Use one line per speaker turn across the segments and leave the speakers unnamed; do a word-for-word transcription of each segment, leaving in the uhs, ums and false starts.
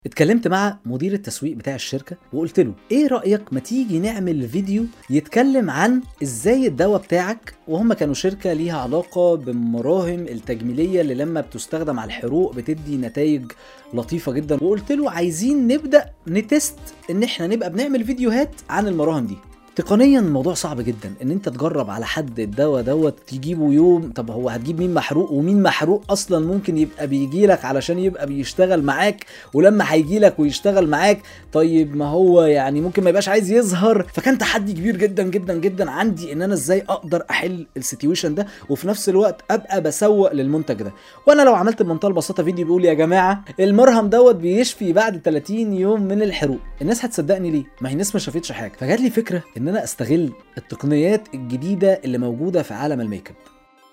اتكلمت مع مدير التسويق بتاع الشركة وقلت له ايه رأيك ما تيجي نعمل فيديو يتكلم عن ازاي الدواء بتاعك، وهم كانوا شركة ليها علاقة بالمراهم التجميلية اللي لما بتستخدم على الحروق بتدي نتائج لطيفة جدا. وقلت له عايزين نبدأ نتست ان احنا نبقى بنعمل فيديوهات عن المراهم دي. تقنيا الموضوع صعب جدا ان انت تجرب على حد الدواء دوت تجيبه يوم. طب هو هتجيب مين محروق؟ ومين محروق اصلا ممكن يبقى بيجي لك علشان يبقى بيشتغل معاك؟ ولما هيجي لك ويشتغل معاك طيب ما هو يعني ممكن ما يبقاش عايز يظهر. فكان تحدي كبير جدا جدا جدا عندي ان انا ازاي اقدر احل السيتويشن ده وفي نفس الوقت ابقى بسوق للمنتج ده. وانا لو عملت بمنتهى البساطه فيديو بيقول يا جماعه المرهم دوت بيشفي بعد ثلاثين يوم من الحروق، الناس هتصدقني ليه؟ ما هي الناس ما شافتش حاجه. فجات لي فكره ان انا استغل التقنيات الجديده اللي موجوده في عالم الميك اب.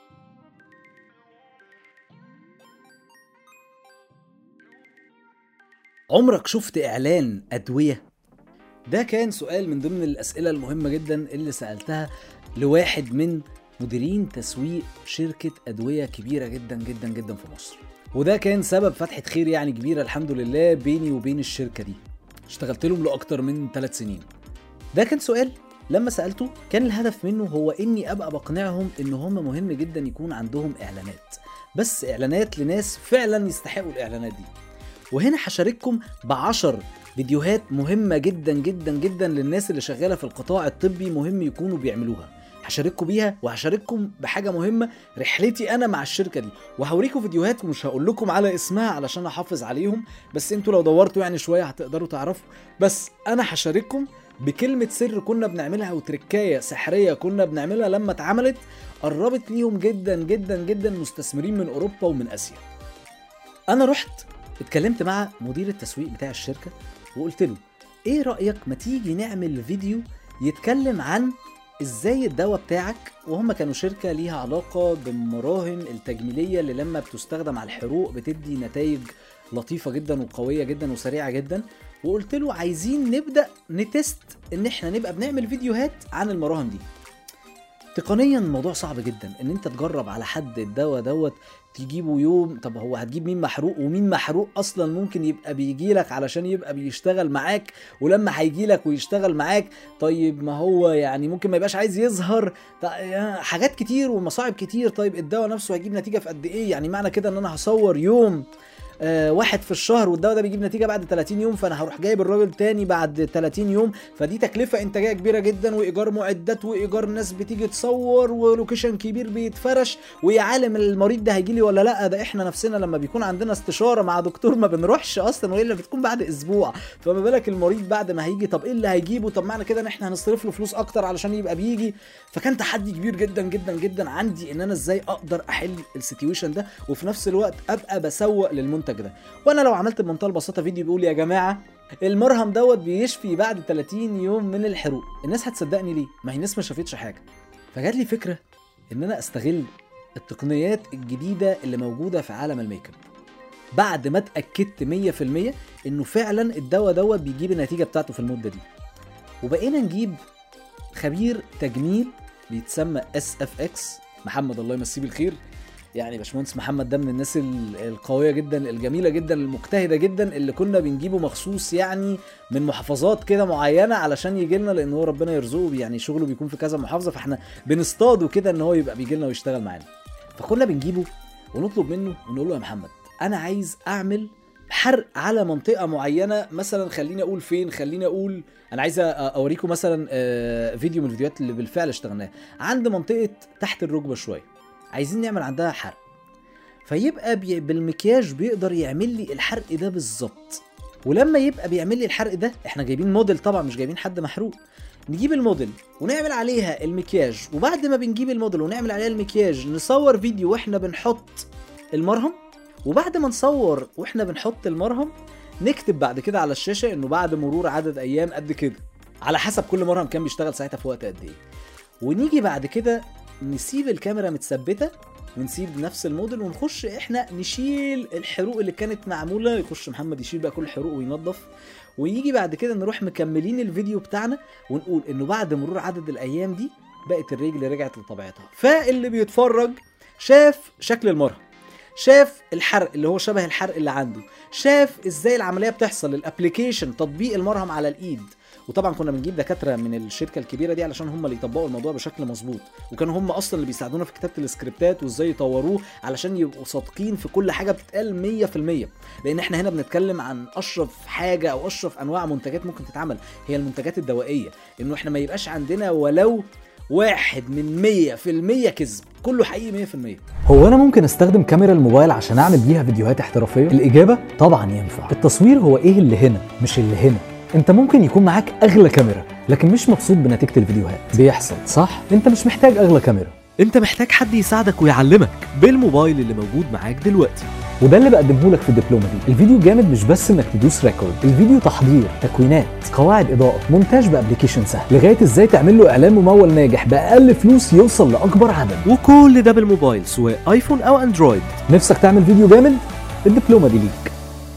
عمرك شفت اعلان ادويه؟ ده كان سؤال من ضمن الاسئله المهمه جدا اللي سالتها لواحد من مديرين تسويق شركه ادويه كبيره جدا جدا جدا في مصر، وده كان سبب فتحه خير يعني كبيره الحمد لله بيني وبين الشركه دي. اشتغلت لهم لاكتر من ثلاث سنين. ده كان سؤال لما سألته كان الهدف منه هو اني ابقى بقنعهم ان هم مهم جدا يكون عندهم اعلانات، بس اعلانات لناس فعلا يستحقوا الاعلانات دي. وهنا هشارككم بعشر فيديوهات مهمة جدا جدا جدا للناس اللي شغالة في القطاع الطبي مهم يكونوا بيعملوها. هشارككم بيها وهشارككم بحاجة مهمة رحلتي انا مع الشركة دي، وهوريكم فيديوهات ومش هقول لكم على اسمها علشان احافظ عليهم، بس انتوا لو دورتوا يعني شوية هتقدروا تعرفوا. بس انا هشارككم بكلمة سر كنا بنعملها وتركاية سحرية كنا بنعملها لما اتعملت قربت ليهم جدا جدا جدا مستثمرين من اوروبا ومن اسيا. انا رحت اتكلمت مع مدير التسويق بتاع الشركة وقلت له ايه رأيك ما تيجي نعمل فيديو يتكلم عن ازاي الدواء بتاعك، وهم كانوا شركة ليها علاقة بالمراهم التجميلية اللي لما بتستخدم على الحروق بتدي نتائج لطيفة جدا وقوية جدا وسريعة جدا. وقلت له عايزين نبدأ نتست ان احنا نبقى بنعمل فيديوهات عن المراهم دي. تقنيا الموضوع صعب جدا ان انت تجرب على حد الدواء دوت تجيبه يوم. طب هو هتجيب مين محروق؟ ومين محروق اصلا ممكن يبقى بيجي لك علشان يبقى بيشتغل معاك؟ ولما هيجي لك ويشتغل معاك طيب ما هو يعني ممكن ما يبقاش عايز يظهر. حاجات كتير ومصاعب كتير. طيب الدواء نفسه هيجيب نتيجة في قد ايه؟ يعني معنى كده ان انا هصور يوم آه واحد في الشهر والدواء ده بيجيب نتيجه بعد ثلاثين يوم، فانا هروح جايب الراجل تاني بعد ثلاثين يوم، فدي تكلفه انتاجيه كبيره جدا وايجار معدات وايجار ناس بتيجي تصور ولوكيشن كبير بيتفرش، ويا عالم المريض ده هيجي لي ولا لا. ده احنا نفسنا لما بيكون عندنا استشاره مع دكتور ما بنروحش اصلا والا بتكون بعد اسبوع، فما بالك المريض بعد ما هيجي؟ طب ايه اللي هيجيبه؟ طب معنى كده ان احنا هنصرف له فلوس اكتر علشان يبقى بيجي. فكان تحدي كبير جدا جدا جدا عندي ان انا ازاي اقدر احل السيتويشن ده وفي نفس الوقت ابقى بسوق للمنتج ده. وانا لو عملت بمنتهى البساطه فيديو بيقول يا جماعه المرهم دوت بيشفي بعد ثلاثين يوم من الحروق، الناس هتصدقني ليه؟ ما هي الناس ما شافتش حاجه. فجات لي فكره ان انا استغل التقنيات الجديده اللي موجوده في عالم الميك اب بعد ما اتاكدت مية في المية انه فعلا الدواء دوت بيجيب النتيجه بتاعته في المده دي. وبقينا نجيب خبير تجميل بيتسمى اس اف اكس محمد، الله يمسيه بالخير. يعني باشمهندس محمد ده من الناس القويه جدا الجميله جدا المجتهده جدا اللي كنا بنجيبه مخصوص يعني من محافظات كده معينه علشان يجي لنا، لان هو ربنا يرزقه يعني شغله بيكون في كذا محافظه، فاحنا بنصطاده كده ان هو يبقى بيجي لنا ويشتغل معانا. فكنا بنجيبه ونطلب منه ونقول له يا محمد انا عايز اعمل حرق على منطقه معينه، مثلا خليني اقول فين، خليني اقول انا عايز اوريكم مثلا فيديو من الفيديوهات اللي بالفعل اشتغلناها عند منطقه تحت الركبه شويه، عايزين نعمل عندها حرق. فيبقى بي بالمكياج بيقدر يعمل لي الحرق ده بالظبط. ولما يبقى بيعمل لي الحرق ده احنا جايبين موديل طبعا مش جايبين حد محروق، نجيب الموديل ونعمل عليها المكياج، وبعد ما بنجيب الموديل ونعمل عليها المكياج نصور فيديو واحنا بنحط المرهم، وبعد ما نصور واحنا بنحط المرهم نكتب بعد كده على الشاشه انه بعد مرور عدد ايام قد كده على حسب كل مرهم كان بيشتغل ساعتها في وقت قد ايه. ونيجي بعد كده نسيب الكاميرا متثبته ونسيب نفس الموديل ونخش احنا نشيل الحروق اللي كانت معموله، يخش محمد يشيل بقى كل الحروق وينظف، ويجي بعد كده نروح مكملين الفيديو بتاعنا ونقول انه بعد مرور عدد الايام دي بقت الرجل رجعت لطبيعتها. فاللي بيتفرج شاف شكل المرهم، شاف الحرق اللي هو شبه الحرق اللي عنده، شاف ازاي العمليه بتحصل، الابليكيشن تطبيق المرهم على الايد. وطبعا كنا بنجيب دكاتره من الشركه الكبيره دي علشان هم اللي يطبقوا الموضوع بشكل مظبوط، وكانوا هم اصلا اللي بيساعدونا في كتابه السكريبتات وازاي يطوروه علشان يبقوا صادقين في كل حاجه بتتقال مية في المية. لان احنا هنا بنتكلم عن اشرف حاجه او اشرف انواع منتجات ممكن تتعمل، هي المنتجات الدوائيه. انه احنا ما يبقاش عندنا ولو واحد من مية في المية كذب، كله حقيقي مية في المية.
هو انا ممكن استخدم كاميرا الموبايل عشان اعمل بيها فيديوهات احترافيه؟ الاجابه طبعا ينفع. التصوير هو ايه اللي هنا مش اللي هنا. انت ممكن يكون معاك اغلى كاميرا لكن مش مبسوط بنتيجه الفيديوهات، بيحصل صح؟ انت مش محتاج اغلى كاميرا،
انت محتاج حد يساعدك ويعلمك بالموبايل اللي موجود معاك دلوقتي.
وده اللي بقدمه لك في الدبلومه دي. الفيديو جامد مش بس انك تدوس ريكورد، الفيديو تحضير، تكوينات، قواعد اضاءه، مونتاج بابليكيشن سهل، لغايه ازاي تعمل له اعلان ممول ناجح باقل فلوس يوصل لاكبر عدد،
وكل ده بالموبايل سواء ايفون او اندرويد.
نفسك تعمل فيديو جامد؟ الدبلومه دي ليك.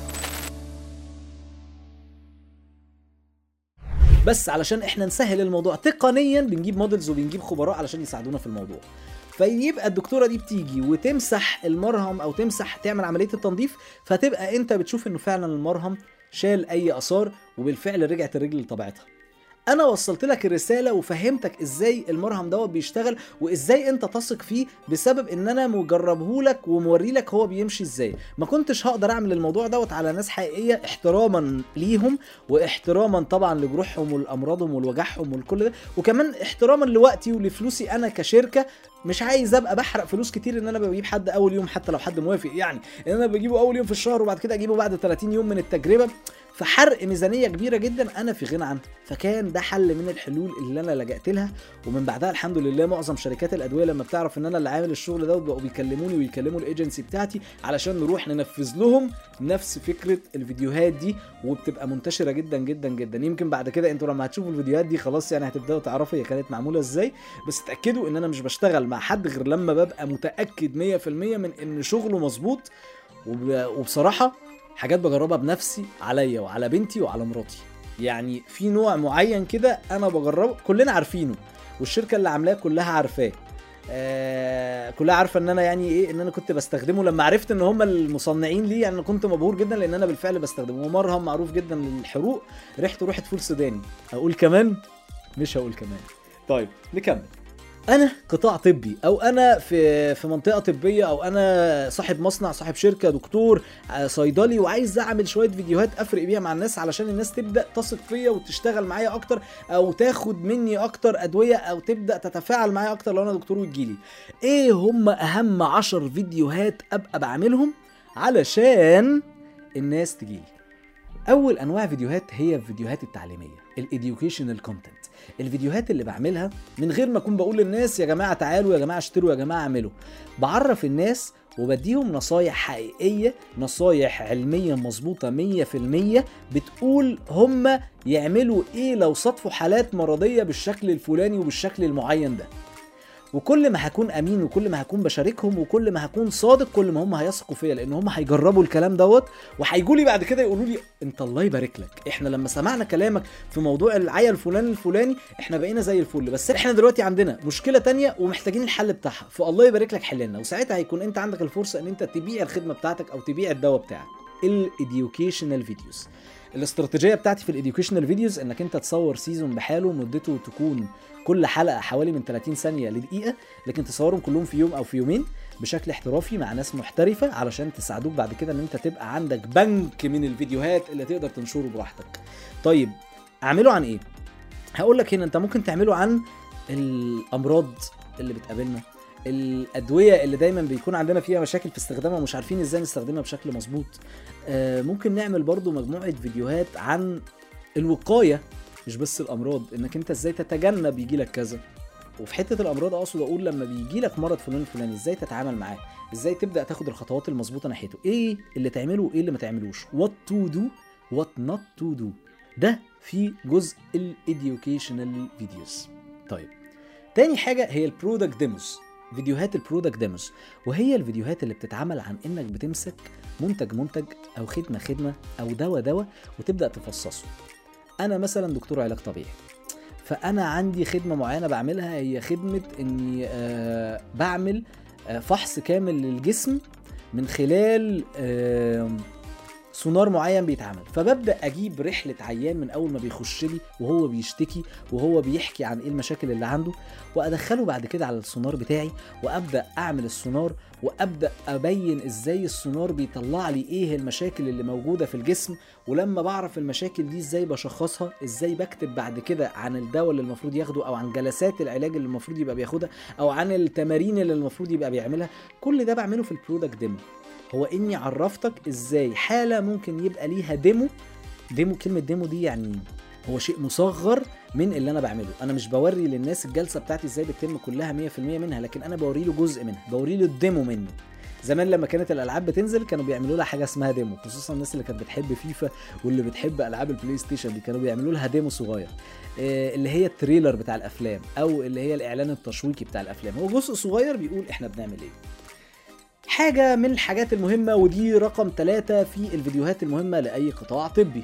بس علشان احنا نسهل الموضوع تقنيا بنجيب موديلز وبنجيب خبراء علشان يساعدونا في الموضوع. فيبقى الدكتوره دي بتيجي وتمسح المرهم او تمسح تعمل عمليه التنظيف، فتبقى انت بتشوف انه فعلا المرهم شال اي اثار وبالفعل رجعت الرجل لطبيعتها. انا وصلت لك الرساله وفهمتك ازاي المرهم دوت بيشتغل وازاي انت تثق فيه بسبب ان انا مجربه لك وموري لك هو بيمشي ازاي. ما كنتش هقدر اعمل الموضوع دوت على ناس حقيقيه احتراما ليهم واحتراما طبعا لجروحهم ولامراضهم ولوجعهم والكل ده، وكمان احتراما لوقتي ولفلوسي انا كشركه. مش عايز ابقى بحرق فلوس كتير ان انا بجيب حد اول يوم حتى لو حد موافق، يعني ان انا بجيبه اول يوم في الشهر وبعد كده اجيبه بعد ثلاثين يوم من التجربه، فحرق ميزانيه كبيره جدا انا في غنى عنها. فكان ده حل من الحلول اللي انا لجأت لها، ومن بعدها الحمد لله معظم شركات الادويه لما بتعرف ان انا اللي عامل الشغل ده بقوا بيكلموني ويكلموا الايجنسي بتاعتي علشان نروح ننفذ لهم نفس فكره الفيديوهات دي، وبتبقى منتشره جدا جدا جدا. يمكن بعد كده انتوا لما هتشوفوا الفيديوهات دي خلاص يعني هتبداوا تعرفوا هي كانت معموله ازاي. بس اتاكدوا ان انا مش بشتغل مع حد غير لما ببقى متاكد مية في المية من ان شغله مظبوط، وبصراحه حاجات بجربها بنفسي عليا وعلى بنتي وعلى مراتي. يعني في نوع معين كده انا بجربه كلنا عارفينه والشركه اللي عاملاه كلها عارفاه، آه كلها عارفه ان انا يعني ايه ان انا كنت بستخدمه. لما عرفت ان هم المصنعين ليه يعني كنت مبهور جدا لان انا بالفعل بستخدمه. ومرهم معروف جدا للحروق ريحته ريحه فول سوداني. اقول كمان؟ مش هقول كمان. طيب نكمل. انا قطاع طبي او انا في في منطقه طبيه او انا صاحب مصنع صاحب شركه دكتور صيدلي وعايز اعمل شويه فيديوهات افرق بيها مع الناس علشان الناس تبدا تثق فيا وتشتغل معايا اكتر او تاخد مني اكتر ادويه او تبدا تتفاعل معايا اكتر لو انا دكتور وتجيلي. ايه هم اهم عشر فيديوهات ابقى بعملهم علشان الناس تجيلي؟ اول انواع فيديوهات هي الفيديوهات التعليميه، الاديوكيشنال كونتنت، الفيديوهات اللي بعملها من غير ما اكون بقول للناس يا جماعه تعالوا يا جماعه اشتروا يا جماعه اعملوا. بعرف الناس وبديهم نصايح حقيقيه، نصايح علميه مظبوطه مية في المية بتقول هم يعملوا ايه لو صادفوا حالات مرضيه بالشكل الفلاني وبالشكل المعين ده. وكل ما هكون امين وكل ما هكون بشاركهم وكل ما هكون صادق كل ما هم هيثقوا فيا، لان هم هيجربوا الكلام دوت وهيجوا لي بعد كده يقولوا لي انت الله يبارك لك، احنا لما سمعنا كلامك في موضوع العيا الفلاني الفلاني احنا بقينا زي الفل، بس احنا دلوقتي عندنا مشكله تانية ومحتاجين الحل بتاعها، فالله يبارك لك حلنا. وساعتها هيكون انت عندك الفرصه ان انت تبيع الخدمه بتاعتك او تبيع الدواء بتاعك. الاديوكيشنال فيديوز، الاستراتيجيه بتاعتي في الاديوكيشنال فيديوز انك انت تصور سيزون بحاله مدته تكون كل حلقه حوالي من ثلاثين ثانيه لدقيقه، لكن تصورهم كلهم في يوم او في يومين بشكل احترافي مع ناس محترفه علشان تساعدوك بعد كده ان انت تبقى عندك بنك من الفيديوهات اللي تقدر تنشره براحتك. طيب اعمله عن ايه؟ هقول لك هنا انت ممكن تعمله عن الامراض اللي بتقابلنا، الادويه اللي دايما بيكون عندنا فيها مشاكل في استخدامها ومش عارفين ازاي نستخدمها بشكل مظبوط. آه ممكن نعمل برضو مجموعه فيديوهات عن الوقايه مش بس الامراض، انك انت ازاي تتجنب يجيلك كذا. وفي حته الامراض اقصد اقول لما بيجيلك مرض فلان الفلاني ازاي تتعامل معاه، ازاي تبدا تاخد الخطوات المظبوطه ناحيته، ايه اللي تعمله وايه اللي ما تعملوش، what to do what not to do. ده في جزء الاديوكيشنال فيديوز. طيب تاني حاجه هي البرودكت ديموز، فيديوهات البرودكت ديموز، وهي الفيديوهات اللي بتتعمل عن انك بتمسك منتج منتج او خدمه خدمه او دواء دواء وتبدا تفصصه. انا مثلا دكتور علاج طبيعي، فانا عندي خدمه معينه بعملها هي خدمه اني آه بعمل آه فحص كامل للجسم من خلال سونار معين بيتعمل. فببدأ اجيب رحلة عيان من اول ما بيخش لي وهو بيشتكي وهو بيحكي عن ايه المشاكل اللي عنده، وادخله بعد كده على السونار بتاعي، وابدأ اعمل السونار، وابدأ ابين ازاي السونار بيطلع لي ايه المشاكل اللي موجودة في الجسم. ولما بعرف المشاكل دي ازاي بشخصها، ازاي بكتب بعد كده عن الدواء اللي المفروض ياخده، او عن جلسات العلاج اللي المفروض يبقى بياخدها، او عن التمارين اللي المفروض يبقى بيعملها. كل ده بعمله في البرودكت ديمو. هو اني عرفتك ازاي حالة ممكن يبقى ليها ديمو. ديمو، كلمة ديمو دي يعني هو شيء مصغر من اللي انا بعمله. انا مش بوري للناس الجلسة بتاعتي ازاي بتتم كلها مية في المية منها، لكن انا بوري له جزء منها، بوري له الديمو منه. زمان لما كانت الالعاب بتنزل كانوا بيعملوا لها حاجه اسمها ديمو، خصوصا الناس اللي كانت بتحب فيفا واللي بتحب العاب البلاي ستيشن دي، كانوا بيعملوا لها ديمو صغير، اللي هي التريلر بتاع الافلام او اللي هي الاعلان التشويقي بتاع الافلام. هو جزء صغير بيقول احنا بنعمل ايه. حاجه من الحاجات المهمه، ودي رقم ثلاثة في الفيديوهات المهمه لاي قطاع طبي،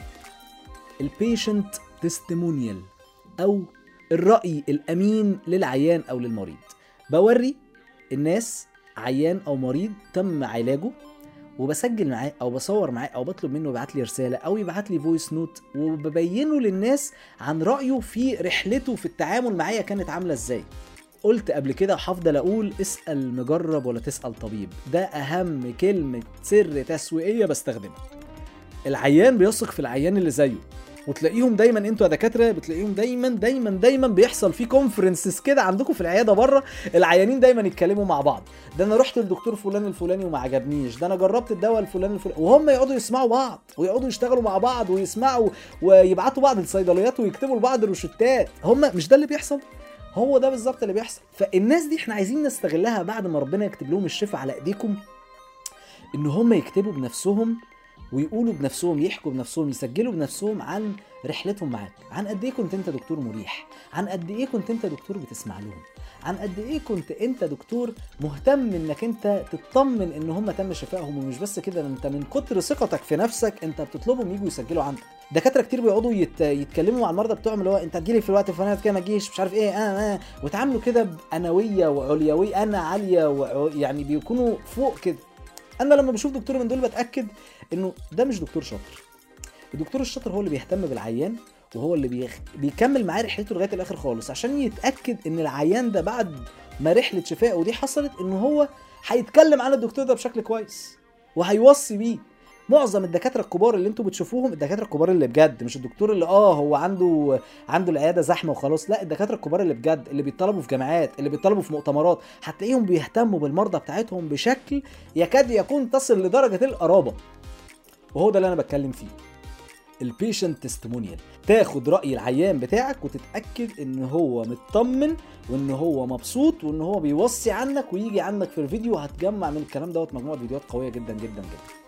البيشنت تستيمونيال او الراي الامين للعيان او للمريض. بوري الناس عيان او مريض تم علاجه، وبسجل معاه او بصور معاه او بطلب منه يبعت لي رساله او يبعت لي فويس نوت، وببينه للناس عن رايه في رحلته في التعامل معايا كانت عامله ازاي. قلت قبل كده وهفضل اقول، اسال مجرب ولا تسال طبيب. ده اهم كلمه سر تسويقيه بستخدمها. العيان بيثق في العيان اللي زيه، وتلاقيهم دايما انتوا يا دكاتره بتلاقيهم دايما دايما دايما بيحصل في كونفرنسز كده عندكم في العياده بره، العيانين دايما يتكلموا مع بعض. ده انا رحت للدكتور فلان الفلاني وما عجبنيش، ده انا جربت الدواء الفلاني الفلاني، وهم يقعدوا يسمعوا بعض ويقعدوا يشتغلوا مع بعض ويسمعوا ويبعتوا بعض الصيدليات ويكتبوا لبعض الروشتات. هم مش ده اللي بيحصل؟ هو ده بالظبط اللي بيحصل. فالناس دي احنا عايزين نستغلها بعد ما ربنا يكتب لهم الشفاء على ايديكم، ان هم يكتبوا بنفسهم ويقولوا بنفسهم، يحكوا بنفسهم، يسجلوا بنفسهم عن رحلتهم معاك، عن قد ايه كنت انت دكتور مريح، عن قد ايه كنت انت دكتور بتسمع لهم، عن قد ايه كنت انت دكتور مهتم انك انت تطمن ان هم تم شفائهم. ومش بس كده، انت من كتر ثقتك في نفسك انت بتطلبهم يجوا يسجلوا عندك. دكاتره كتير بيقعدوا يت... يتكلموا مع المرضى بتوعهم، اللي هو انت هتجيلي في الوقت الفلاني كده ما تجيش، مش عارف ايه، اه اه وتعاملوا كده بانويه وعليويه، انا عاليه و... يعني بيكونوا فوق كده. انا لما بشوف دكتور من دول بتاكد انه ده مش دكتور شاطر. الدكتور الشاطر هو اللي بيهتم بالعيان، وهو اللي بيخ... بيكمل معاه رحلته لغايه الاخر خالص، عشان يتاكد ان العيان ده بعد ما رحله شفائه دي حصلت ان هو هيتكلم عن الدكتور ده بشكل كويس وهيوصي بيه. معظم الدكاتره الكبار اللي انتوا بتشوفوهم، الدكاتره الكبار اللي بجد، مش الدكتور اللي اه هو عنده عنده العياده زحمه وخلاص، لا، الدكاتره الكبار اللي بجد، اللي بيطلبوا في جامعات، اللي بيطلبوا في مؤتمرات، هتلاقيهم بيهتموا بالمرضى بتاعتهم بشكل يكاد يكون تصل لدرجه القرابه. وهو ده اللي انا بتكلم فيه، البيشنت تستيمونيال. تاخد راي العيان بتاعك وتتاكد ان هو مطمن وان هو مبسوط وان هو بيوصي عنك ويجي عنك في الفيديو. هتجمع من الكلام دوت مجموعه فيديوهات قويه جدا جدا جدا.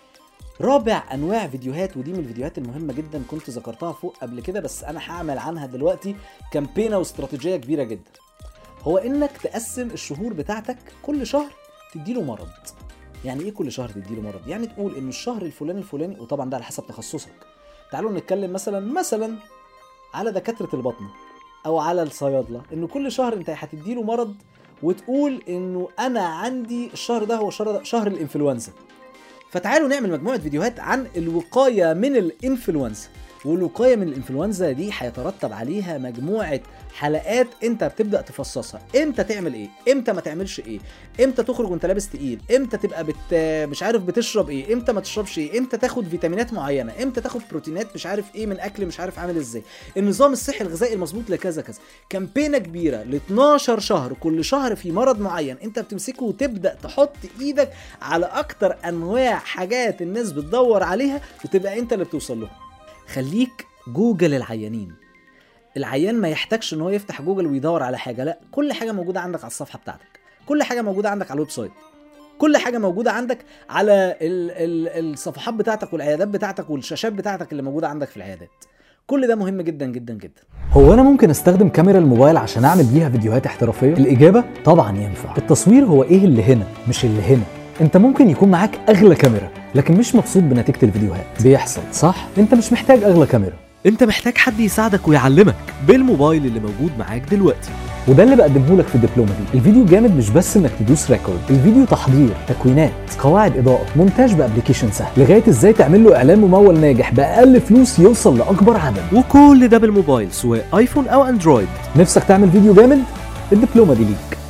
رابع انواع فيديوهات، ودي من الفيديوهات المهمه جدا كنت ذكرتها فوق قبل كده، بس انا هعمل عنها دلوقتي كامبينه واستراتيجيه كبيره جدا، هو انك تقسم الشهور بتاعتك كل شهر تديله مرض. يعني ايه كل شهر تديله مرض؟ يعني تقول ان الشهر الفلاني الفلاني، وطبعا ده على حسب تخصصك. تعالوا نتكلم مثلا مثلا على دكاتره البطن او على الصيادله، انه كل شهر انت هتديله مرض وتقول انه انا عندي الشهر ده هو شهر, شهر الانفلونزا. فتعالوا نعمل مجموعه فيديوهات عن الوقايه من الانفلونزا. والوقايه من الانفلونزا دي هيترتب عليها مجموعه حلقات انت بتبدا تفصصها. امتى تعمل ايه، امتى ما تعملش ايه، امتى تخرج وانت لابس تقيل، امتى تبقى بت مش عارف بتشرب ايه، امتى ما تشربش ايه، امتى تاخد فيتامينات معينه، امتى تاخد بروتينات مش عارف ايه من اكل مش عارف عامل ازاي، النظام الصحي الغذائي المظبوط لكذا كذا. كامبينه كبيره ل اتناشر شهر، كل شهر في مرض معين انت بتمسكه وتبدا تحط ايدك على اكتر انواع حاجات الناس بتدور عليها وتبقى انت اللي بتوصل لهم. خليك جوجل العيانين. العيان ما يحتاجش ان هو يفتح جوجل ويدور على حاجه، لا، كل حاجه موجوده عندك على الصفحه بتاعتك، كل حاجه موجوده عندك على الويب سايت، كل حاجه موجوده عندك على ال ال الصفحات بتاعتك والعيادات بتاعتك والشاشات بتاعتك اللي موجوده عندك في العيادات. كل ده مهم جدا جدا جدا.
هو انا ممكن استخدم كاميرا الموبايل عشان اعمل بيها فيديوهات احترافيه؟ الاجابه طبعا ينفع. التصوير هو ايه اللي هنا مش اللي هنا. انت ممكن يكون معاك اغلى كاميرا لكن مش مبسوط بنتيجه الفيديوهات. بيحصل صح؟ انت مش محتاج اغلى كاميرا،
انت محتاج حد يساعدك ويعلمك بالموبايل اللي موجود معاك دلوقتي.
وده اللي بقدمه لك في الدبلومه دي. الفيديو جامد مش بس انك تدوس ريكورد، الفيديو تحضير، تكوينات، قواعد اضاءه، مونتاج بابلكيشن سهل، لغايه ازاي تعمل له اعلان ممول ناجح باقل فلوس يوصل لاكبر عدد،
وكل ده بالموبايل سواء ايفون او اندرويد.
نفسك تعمل فيديو جامد؟ الدبلومه دي ليك.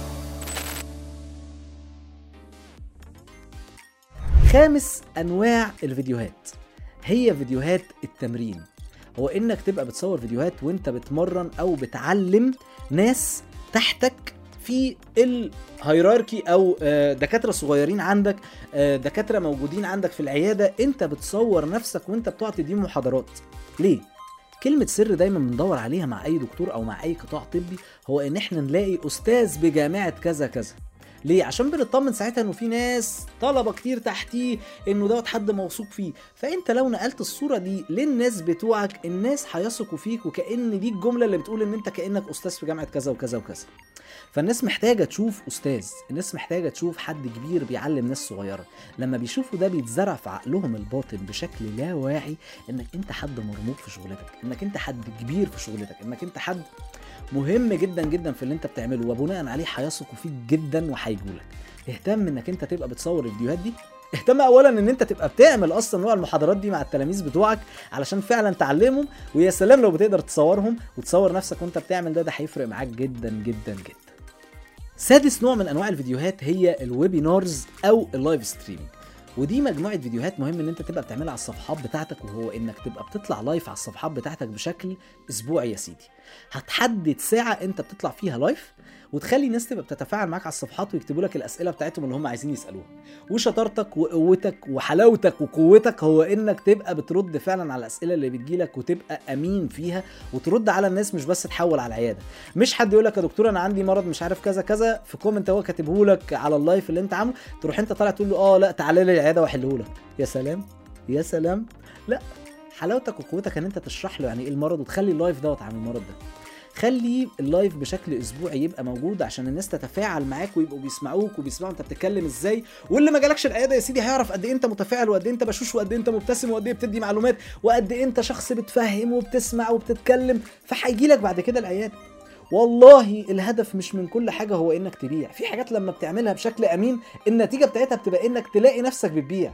خامس انواع الفيديوهات هي فيديوهات التمرين. هو انك تبقى بتصور فيديوهات وانت بتمرن او بتعلم ناس تحتك في الهيراركي او دكاتره صغيرين عندك، دكاتره موجودين عندك في العياده، انت بتصور نفسك وانت بتقعد تديهم محاضرات. ليه؟ كلمة سر دايما بندور عليها مع اي دكتور او مع اي قطاع طبي، هو ان احنا نلاقي استاذ بجامعة كذا كذا. ليه؟ عشان بنطمن ساعتها انه في ناس طلبة كتير تحتيه، انه دوت حد موثوق فيه. فانت لو نقلت الصورة دي للناس بتوعك، الناس هيثقوا فيك، وكأن دي الجملة اللي بتقول ان انت كأنك استاذ في جامعة كذا وكذا وكذا. فالناس محتاجة تشوف أستاذ، الناس محتاجة تشوف حد كبير بيعلم ناس صغيرة. لما بيشوفوا ده بيتزرع في عقلهم الباطن بشكل لا واعي انك انت حد مرموق في شغلتك، انك انت حد كبير في شغلتك، انك انت حد مهم جدا جدا في اللي انت بتعمله، وبناء عليه هيثقوا فيك جدا وهيجولك. اهتم انك انت تبقى بتصور الفيديوهات دي، اهتم اولا ان انت تبقى بتعمل اصلا نوع المحاضرات دي مع التلاميذ بتوعك علشان فعلا تعلمهم، ويا سلام لو بتقدر تصورهم وتصور نفسك وانت بتعمل ده، ده هيفرق معاك جدا جدا جدا. سادس نوع من انواع الفيديوهات هي الويبينارز او اللايف ستريمينج، ودي مجموعه فيديوهات مهم ان انت تبقى بتعملها على الصفحات بتاعتك، وهو انك تبقى بتطلع لايف على الصفحات بتاعتك بشكل اسبوعي. يا سيدي هتحدد ساعه انت بتطلع فيها لايف، وتخلي الناس تبقى بتتفاعل معاك على الصفحات ويكتبوا لك الاسئله بتاعتهم اللي هم عايزين يسالوها. وشطارتك وقوتك وحلاوتك وقوتك هو انك تبقى بترد فعلا على الاسئله اللي بتجيلك، وتبقى امين فيها، وترد على الناس، مش بس تحول على العياده. مش حد يقول لك يا دكتور انا عندي مرض مش عارف كذا كذا في كومنت هو كاتبه لك على اللايف اللي انت عامله، تروح انت طالع تقول له اه لا تعالى لي العياده واحله لك. يا سلام يا سلام. لا، حلاوتك وقوتك ان انت تشرح له يعني ايه المرض، وتخلي اللايف دوت عن المرض ده. خلي اللايف بشكل اسبوعي يبقى موجود عشان الناس تتفاعل معاك ويبقوا بيسمعوك وبيسمعوا انت بتتكلم ازاي. واللي ما جالكش العياده يا سيدي هيعرف قد ايه انت متفاعل، وقد ايه انت بشوش، وقد ايه انت مبتسم، وقد ايه بتدي معلومات، وقد ايه انت شخص بتفهم وبتسمع وبتتكلم، فهيجي لك بعد كده العياده. والله الهدف مش من كل حاجه هو انك تبيع، في حاجات لما بتعملها بشكل امين النتيجه بتاعتها بتبقى انك تلاقي نفسك بتبيع.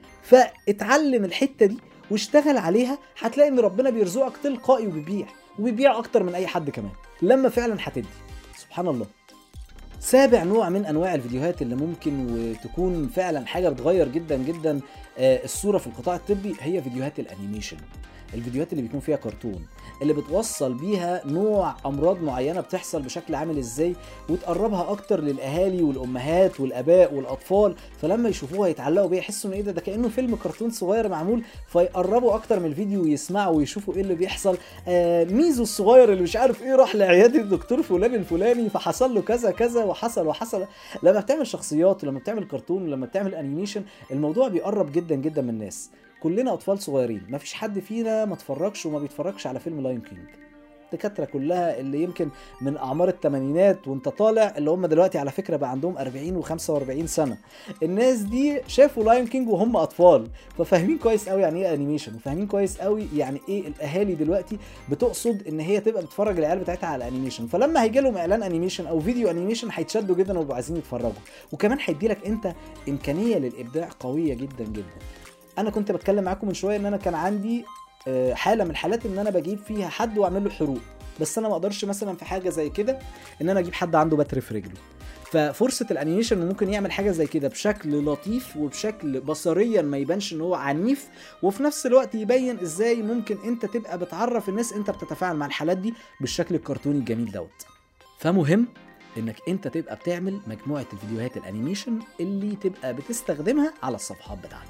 فاتعلم الحته دي واشتغل عليها، هتلاقي ان ربنا بيرزقك تلقائي وبيبيع، وبيبيع اكتر من اي حد كمان لما فعلا هتدي. سبحان الله. سابع نوع من انواع الفيديوهات اللي ممكن وتكون فعلا حاجه بتغير جدا جدا الصوره في القطاع الطبي هي فيديوهات الانيميشن، الفيديوهات اللي بيكون فيها كرتون، اللي بتوصل بيها نوع امراض معينه بتحصل بشكل عامل ازاي، وتقربها اكتر للاهالي والامهات والاباء والاطفال، فلما يشوفوها يتعلقوا بيها، يحسوا ان ايه ده ده كانه فيلم كرتون صغير معمول، فيقربوا اكتر من الفيديو ويسمعوا ويشوفوا ايه اللي بيحصل. آه ميزو الصغير اللي مش عارف ايه راح لعياده الدكتور فلان الفلاني فحصل له كذا كذا وحصل وحصل. لما بتعمل شخصيات ولما بتعمل كرتون ولما بتعمل انيميشن، الموضوع بيقرب جدا جدا من الناس. كلنا اطفال صغيرين، مفيش حد فينا ما اتفرجش وما بيتفرجش على فيلم لاين كينج. الدكاتره كلها اللي يمكن من اعمار الثمانينات وانت طالع، اللي هم دلوقتي على فكره بقى عندهم أربعين وخمسة وأربعين سنه، الناس دي شافوا لاين كينج وهم اطفال، ففاهمين كويس قوي يعني ايه انيميشن، وفاهمين كويس قوي يعني ايه الاهالي دلوقتي بتقصد ان هي تبقى بتفرج العيال بتاعتها على انيميشن. فلما هيجي لهم اعلان انيميشن او فيديو انيميشن هيتشدوا جدا ويبقوا عايزين يتفرجوا، وكمان هيدي لك انت امكانيه للابداع قويه جدا جدا. انا كنت بتكلم معاكم من شويه ان انا كان عندي حاله من الحالات ان انا بجيب فيها حد واعمل له حروق، بس انا ما اقدرش مثلا في حاجه زي كده ان انا اجيب حد عنده بتر في رجله. ففرصه الانيميشن ممكن يعمل حاجه زي كده بشكل لطيف وبشكل بصريا ما يبانش ان هو عنيف، وفي نفس الوقت يبين ازاي ممكن انت تبقى بتعرف الناس انت بتتفاعل مع الحالات دي بالشكل الكرتوني الجميل دوت. فمهم انك انت تبقى بتعمل مجموعه الفيديوهات الانيميشن اللي تبقى بتستخدمها على الصفحات بتاعتك.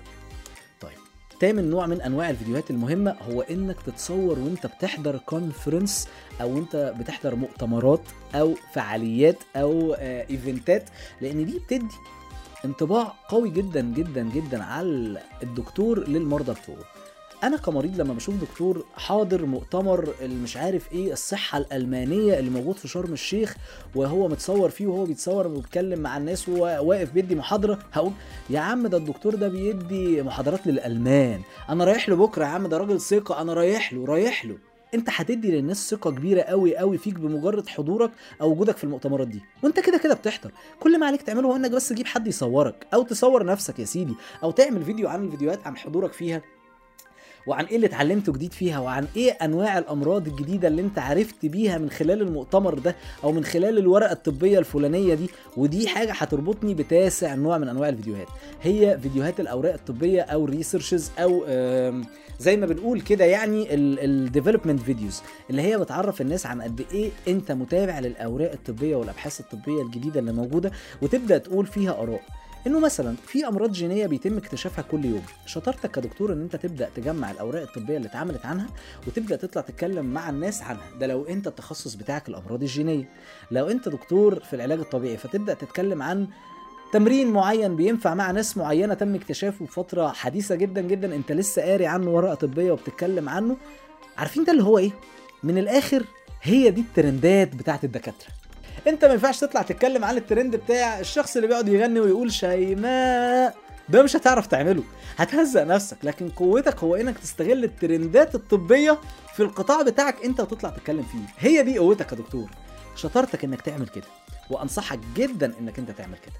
تامن نوع من انواع الفيديوهات المهمه هو انك تتصور وانت بتحضر كونفرنس او انت بتحضر مؤتمرات او فعاليات او آه ايفنتات، لان دي بتدي انطباع قوي جدا جدا جدا على الدكتور للمرضى بتوعه. انا كمريض لما بشوف دكتور حاضر مؤتمر مش عارف ايه الصحه الالمانيه اللي موجود في شرم الشيخ، وهو متصور فيه وهو بيتصور وبيتكلم مع الناس وواقف بيدي محاضره، هقول يا عم ده الدكتور ده بيدي محاضرات للالمان، انا رايح له بكره يا عم، ده راجل ثقه انا رايح له رايح له انت هتدي للناس ثقه كبيره قوي قوي فيك بمجرد حضورك او وجودك في المؤتمرات دي، وانت كده كده بتحضر. كل ما عليك تعمله هو انك بس تجيب حد يصورك او تصور نفسك يا سيدي، او تعمل فيديو عن الفيديوهات عن حضورك فيها وعن ايه اللي اتعلمته جديد فيها، وعن ايه انواع الامراض الجديده اللي انت عرفت بيها من خلال المؤتمر ده او من خلال الورقه الطبيه الفلانيه دي. ودي حاجه هتربطني بتاسع نوع من انواع الفيديوهات، هي فيديوهات الاوراق الطبيه او ريسيرشز او زي ما بنقول كده يعني الديفلوبمنت فيديوز، اللي هي بتعرف الناس عن قد ايه انت متابع للاوراق الطبيه والابحاث الطبيه الجديده اللي موجوده، وتبدا تقول فيها اراء. انه مثلا في امراض جينيه بيتم اكتشافها كل يوم، شطارتك كدكتور ان انت تبدا تجمع الاوراق الطبيه اللي اتعملت عنها وتبدا تطلع تتكلم مع الناس عنها. ده لو انت التخصص بتاعك الامراض الجينيه. لو انت دكتور في العلاج الطبيعي فتبدا تتكلم عن تمرين معين بينفع مع ناس معينه تم اكتشافه في فتره حديثه جدا جدا، انت لسه قاري عنه ورقه طبيه وبتتكلم عنه. عارفين ده اللي هو ايه؟ من الاخر هي دي الترندات بتاعت الدكاتره. انت ما ينفعش تطلع تتكلم عن الترند بتاع الشخص اللي بيقعد يغني ويقول شيماء، ده مش هتعرف تعمله، هتهزق نفسك. لكن قوتك هو انك تستغل الترندات الطبيه في القطاع بتاعك انت وتطلع تتكلم فيه. هي دي قوتك يا دكتور، شطارتك انك تعمل كده، وانصحك جدا انك انت تعمل كده.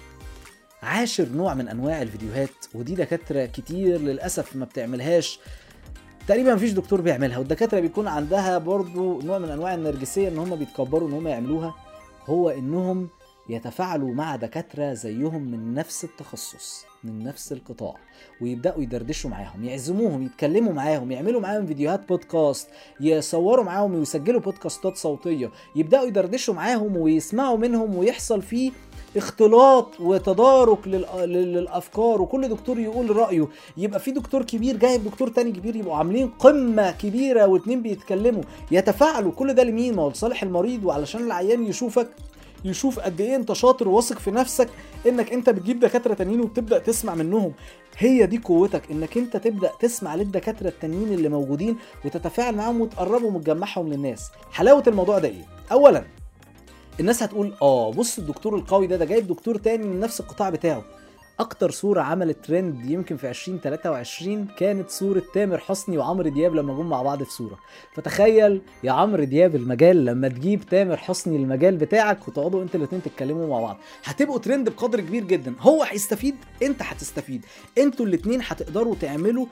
عاشر نوع من انواع الفيديوهات، ودي دكاتره كتير للاسف ما بتعملهاش، تقريبا مفيش دكتور بيعملها، والدكاتره بيكون عندها برضو نوع من انواع النرجسيه ان هم بيتكبروا ان هم يعملوها، هو انهم يتفاعلوا مع دكاتره زيهم من نفس التخصص من نفس القطاع، ويبداوا يدردشوا معاهم، يعزموهم، يتكلموا معاهم، يعملوا معاهم فيديوهات بودكاست، يصوروا معاهم ويسجلوا بودكاستات صوتيه، يبداوا يدردشوا معاهم ويسمعوا منهم، ويحصل فيه اختلاط وتدارك للافكار، وكل دكتور يقول رايه. يبقى في دكتور كبير جايب دكتور تاني كبير، يبقوا عاملين قمه كبيره واتنين بيتكلموا، يتفاعلوا. كل ده لمين؟ ما هو لصالح المريض، وعلشان العيان يشوفك، يشوف قد ايه انت شاطر وواثق في نفسك، انك انت بتجيب دكاتره تانيين وبتبدا تسمع منهم. هي دي قوتك، انك انت تبدا تسمع للدكاتره التانيين اللي موجودين وتتفاعل معاهم وتقربهم وتجمعهم للناس. حلاوه الموضوع ده ايه؟ اولا الناس هتقول اه بص الدكتور القوي ده ده جايب دكتور تاني من نفس القطاع بتاعه. اكتر صورة عملت ترند يمكن في عشرين تلاتة وعشرين كانت صورة تامر حسني وعمرو دياب لما جم مع بعض في صورة. فتخيل يا عمرو دياب المجال لما تجيب تامر حسني المجال بتاعك وتقعدوا انت الاتنين تتكلموا مع بعض، هتبقوا ترند بقدر كبير جدا. هو هيستفيد، انت هتستفيد، انتوا الاتنين هتقدروا تعملوا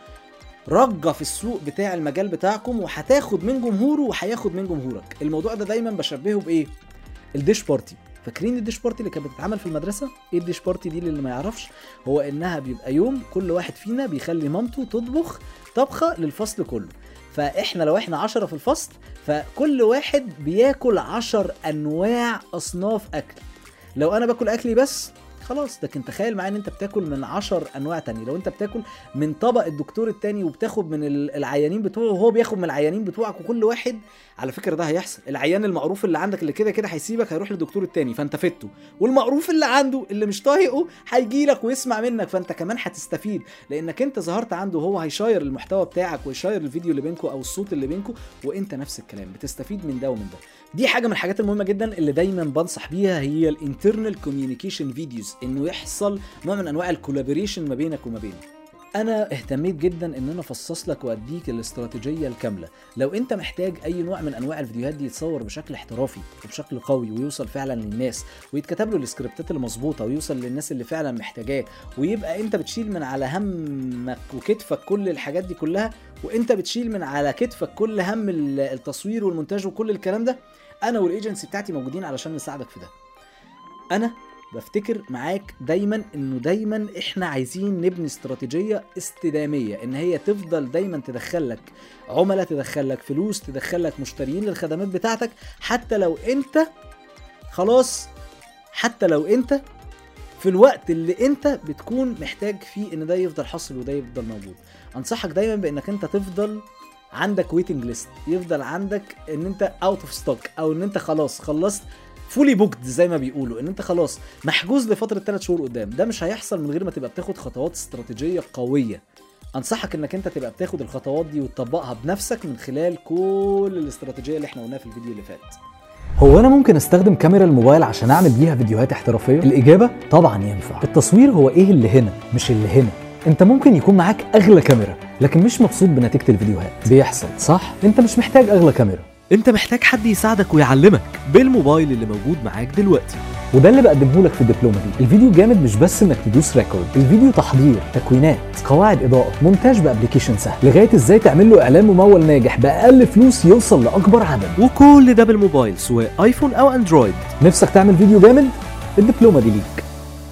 رجة في السوق بتاع المجال بتاعكم، وهتاخد من جمهوره وهياخد من جمهورك. الموضوع ده دايما بشبهه بايه؟ الديش بارتي. فاكرين الديش بارتي اللي كانت بتتعمل في المدرسه؟ ايه الديش بارتي دي اللي ما يعرفش؟ هو انها بيبقى يوم كل واحد فينا بيخلي مامته تطبخ طبخه للفصل كله. فاحنا لو احنا عشرة في الفصل، فكل واحد بياكل عشر انواع اصناف اكل. لو انا باكل اكلي بس خلاص، لكن تخيل معايا ان انت بتاكل من عشر انواع تاني. لو انت بتاكل من طبق الدكتور التاني وبتاخد من العيانين بتوعه وهو بياخد من العيانين بتوعك، وكل واحد على فكره ده هيحصل. العيان المعروف اللي عندك اللي كده كده هيسيبك هيروح للدكتور التاني فانت فدته، والمعروف اللي عنده اللي مش طايقه هيجي لك ويسمع منك فانت كمان هتستفيد، لانك انت ظهرت عنده وهو هيشير المحتوى بتاعك ويشير الفيديو اللي بينكم او الصوت اللي بينكم، وانت نفس الكلام بتستفيد من ده ومن ده. دي حاجه من الحاجات المهمه جدا اللي دايما بنصح بيها، هي الانترنال كوميونيكيشن فيديوز، انه يحصل نوع من انواع الكولابوريشن ما بينك وما بينه. انا اهتميت جدا ان انا افصص لك واديك الاستراتيجيه الكامله. لو انت محتاج اي نوع من انواع الفيديوهات دي يتصور بشكل احترافي وبشكل قوي ويوصل فعلا للناس، ويتكتب له السكريبتات المظبوطه ويوصل للناس اللي فعلا محتاجاه، ويبقى انت بتشيل من على همك وكتفك كل الحاجات دي كلها، وانت بتشيل من على كتفك كل هم التصوير والمونتاج وكل الكلام ده، انا والايجنسي بتاعتي موجودين علشان نساعدك في ده. انا بفتكر معاك دايما انه دايما احنا عايزين نبني استراتيجية استدامية، ان هي تفضل دايما تدخلك عملاء، تدخلك فلوس، تدخلك مشتريين للخدمات بتاعتك، حتى لو انت خلاص حتى لو انت في الوقت اللي انت بتكون محتاج فيه ان ده يفضل حاصل وده يفضل موجود. انصحك دايما بانك انت تفضل عندك ويتنج ليست، يفضل عندك ان انت اوت اوف ستوك، او ان انت خلاص خلصت فولي بوكد زي ما بيقولوا، ان انت خلاص محجوز لفتره ثلاث شهور قدام. ده مش هيحصل من غير ما تبقى بتاخد خطوات استراتيجيه قويه. انصحك انك انت تبقى بتاخد الخطوات دي وتطبقها بنفسك من خلال كل الاستراتيجيه اللي احنا قلناها في الفيديو اللي فات.
هو انا ممكن استخدم كاميرا الموبايل عشان اعمل بيها فيديوهات احترافيه؟ الاجابه طبعا ينفع. التصوير هو ايه اللي هنا مش اللي هنا. انت ممكن يكون معاك اغلى كاميرا لكن مش مبسوط بنتيجة الفيديوهات. بيحصل صح؟ انت مش محتاج اغلى كاميرا،
انت محتاج حد يساعدك ويعلمك بالموبايل اللي موجود معاك دلوقتي.
وده اللي بقدمه لك في الدبلومة دي. الفيديو جامد مش بس انك تدوس ريكورد، الفيديو تحضير، تكوينات، قواعد اضاءة، مونتاج بابليكيشن سهل، لغاية ازاي تعمل له اعلان ممول ناجح باقل فلوس يوصل لاكبر عدد،
وكل ده بالموبايل سواء ايفون او اندرويد.
نفسك تعمل فيديو جامد؟ الدبلومة دي ليك.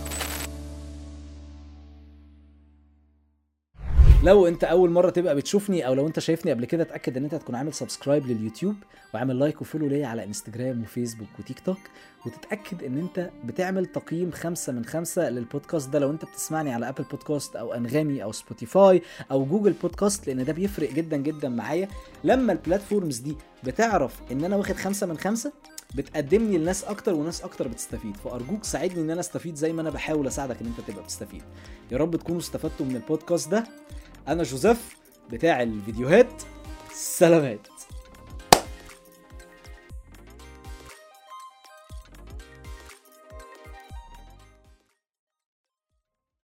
لو انت اول مره تبقى بتشوفني او لو انت شايفني قبل كده، اتاكد ان انت تكون عامل سبسكرايب لليوتيوب وعامل لايك وفولو ليا على انستجرام وفيسبوك وتيك توك، وتتاكد ان انت بتعمل تقييم خمسة من خمسة للبودكاست ده لو انت بتسمعني على ابل بودكاست او انغامي او سبوتيفاي او جوجل بودكاست، لان ده بيفرق جدا جدا معايا. لما البلاتفورمز دي بتعرف ان انا واخد خمسة من خمسة بتقدمني لناس اكتر وناس اكتر بتستفيد، فارجوك ساعدني ان انا استفيد زي ما انا بحاول اساعدك ان انت تبقى بتستفيد. يا رب تكونوا استفدتوا من البودكاست ده. انا جوزيف بتاع الفيديوهات. سلامات.